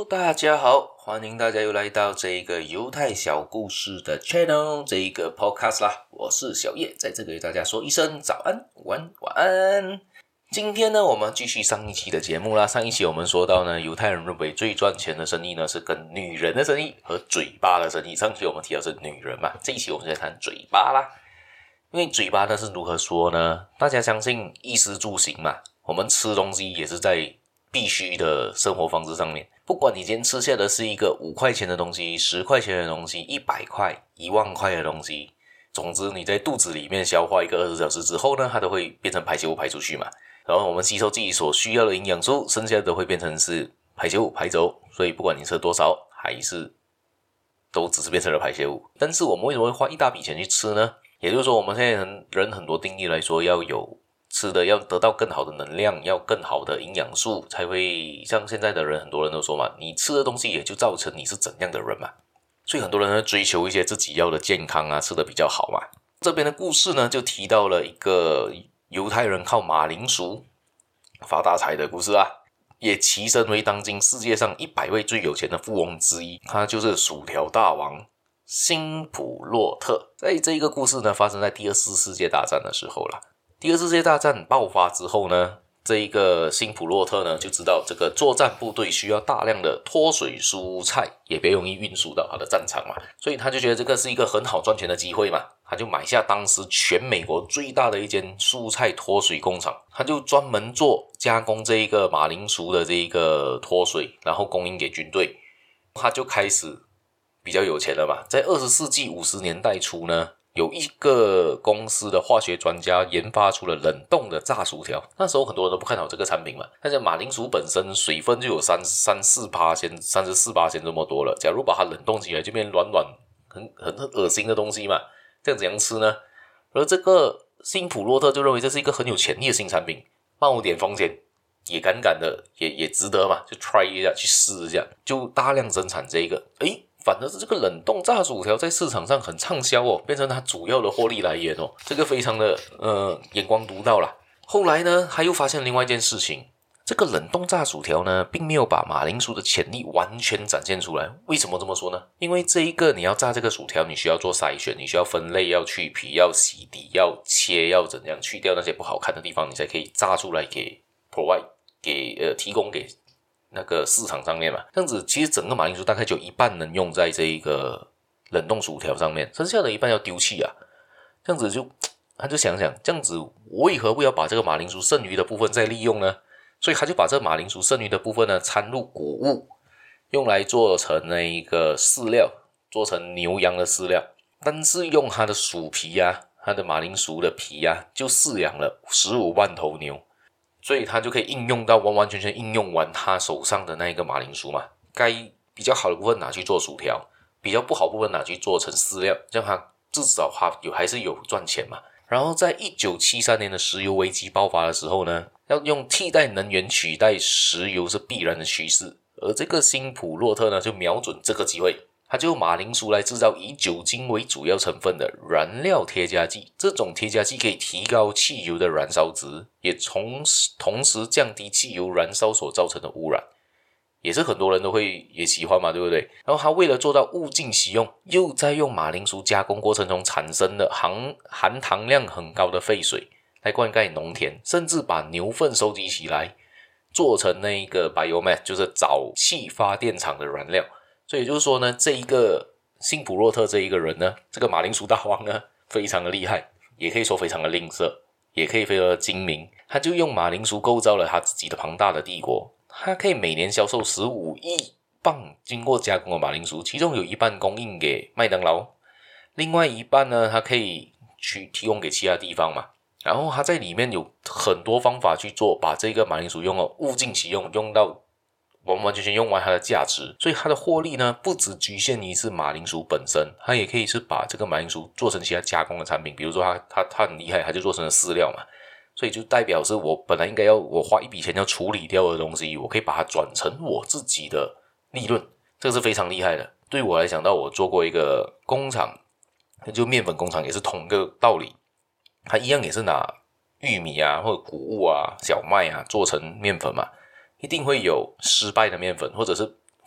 Hello， 大家好，欢迎大家又来到这个犹太小故事的 channel 这一个 podcast 啦。我是小叶，在这里给大家说一声早安、午安、晚安。今天呢，我们继续上一期的节目啦。上一期我们说到呢，犹太人认为最赚钱的生意呢是跟女人的生意和嘴巴的生意。上期我们提到是女人嘛，这一期我们再谈嘴巴啦。因为嘴巴呢是如何说呢？大家相信衣食住行嘛，我们吃东西也是在必须的生活方式上面。不管你今天吃下的是一个5块钱的东西、10块钱的东西、100块、1万块的东西，总之你在肚子里面消化一个20小时之后呢，它都会变成排泄物排出去嘛。然后我们吸收自己所需要的营养素，剩下的都会变成是排泄物排走。所以不管你吃多少，还是都只是变成了排泄物。但是我们为什么会花一大笔钱去吃呢？也就是说，我们现在人很多定义来说，要有吃的要得到更好的能量，要更好的营养素，才会像现在的人，很多人都说嘛，你吃的东西也就造成你是怎样的人嘛。所以很多人会追求一些自己要的健康啊，吃的比较好嘛。这边的故事呢，就提到了一个犹太人靠马铃薯发大财的故事啊，也跻身为当今世界上100位最有钱的富翁之一，他就是薯条大王辛普洛特。在这一个故事呢，发生在第二次世界大战的时候啦。第二次世界大战爆发之后呢，这一个辛普洛特呢就知道这个作战部队需要大量的脱水蔬菜，也别容易运输到他的战场嘛，所以他就觉得这个是一个很好赚钱的机会嘛，他就买下当时全美国最大的一间蔬菜脱水工厂，他就专门做加工这一个马铃薯的这一个脱水，然后供应给军队，他就开始比较有钱了嘛。在20世纪50年代初呢，有一个公司的化学专家研发出了冷冻的炸薯条。那时候很多人都不看好这个产品嘛，但是马铃薯本身水分就有34%这么多了，假如把它冷冻起来就变软软很恶心的东西嘛，这样怎样吃呢？而这个辛普洛特就认为这是一个很有潜力的新产品，冒点风险也敢的也值得嘛，就 try 一下，去试一下，就大量生产这个。反而是这个冷冻炸薯条在市场上很畅销哦，变成它主要的获利来源哦，这个非常的眼光独到啦。后来呢，他又发现另外一件事情，这个冷冻炸薯条呢，并没有把马铃薯的潜力完全展现出来。为什么这么说呢？因为这一个你要炸这个薯条，你需要做筛选，你需要分类，要去皮，要洗底，要切，要怎样去掉那些不好看的地方，你才可以炸出来给 provide 给提供给那个市场上面嘛。这样子其实整个马铃薯大概就一半能用在这一个冷冻薯条上面，剩下的一半要丢弃啊。这样子他就想想，这样子我为何不要把这个马铃薯剩余的部分再利用呢？所以他就把这个马铃薯剩余的部分呢掺入谷物，用来做成那一个饲料，做成牛羊的饲料。但是用他的薯皮啊，他的马铃薯的皮啊，就饲养了15万头牛。所以他就可以应用到完完全全应用完他手上的那一个马铃薯嘛，该比较好的部分拿去做薯条，比较不好的部分拿去做成饲料，这样他至少还是有赚钱嘛。然后在1973年的石油危机爆发的时候呢，要用替代能源取代石油是必然的趋势，而这个辛普洛特呢就瞄准这个机会，他就用马铃薯来制造以酒精为主要成分的燃料添加剂。这种添加剂可以提高汽油的燃烧值，也同时降低汽油燃烧所造成的污染，也是很多人都会也喜欢嘛，对不对？然后他为了做到物尽其用，又在用马铃薯加工过程中产生的含糖量很高的废水来灌溉农田，甚至把牛粪收集起来做成那个 biomass， 就是沼气发电厂的燃料。所以就是说呢，这一个辛普洛特这一个人呢，这个马铃薯大王呢，非常的厉害，也可以说非常的吝啬，也可以非常的精明。他就用马铃薯构造了他自己的庞大的帝国，他可以每年销售15亿磅经过加工的马铃薯，其中有一半供应给麦当劳，另外一半呢，他可以去提供给其他地方嘛。然后他在里面有很多方法去做，把这个马铃薯物尽其用，用到完完全全用完它的价值。所以它的获利呢，不只局限于是马铃薯本身，它也可以是把这个马铃薯做成其他加工的产品，比如说它很厉害，它就做成了饲料嘛。所以就代表是我本来应该我花一笔钱要处理掉的东西，我可以把它转成我自己的利润，这个是非常厉害的。对我来讲到我做过一个工厂，就面粉工厂，也是同一个道理，它一样也是拿玉米啊或者谷物啊小麦啊做成面粉嘛，一定会有失败的面粉，或者是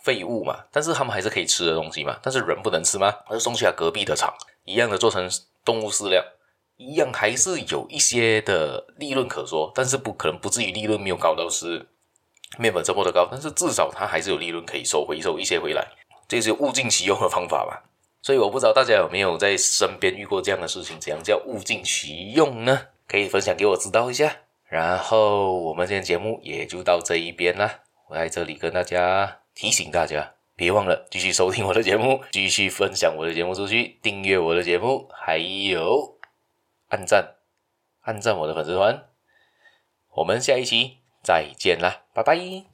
废物嘛，但是他们还是可以吃的东西嘛，但是人不能吃吗？而送去他隔壁的厂，一样的做成动物饲料，一样还是有一些的利润可说，但是可能不至于利润没有高到是面粉这么的高，但是至少它还是有利润可以回收一些回来，这是物尽其用的方法嘛。所以我不知道大家有没有在身边遇过这样的事情，怎样叫物尽其用呢？可以分享给我知道一下。然后我们今天节目也就到这一边啦，我在这里跟大家提醒大家，别忘了继续收听我的节目，继续分享我的节目出去，订阅我的节目，还有按赞我的粉丝团。我们下一期再见啦，拜拜。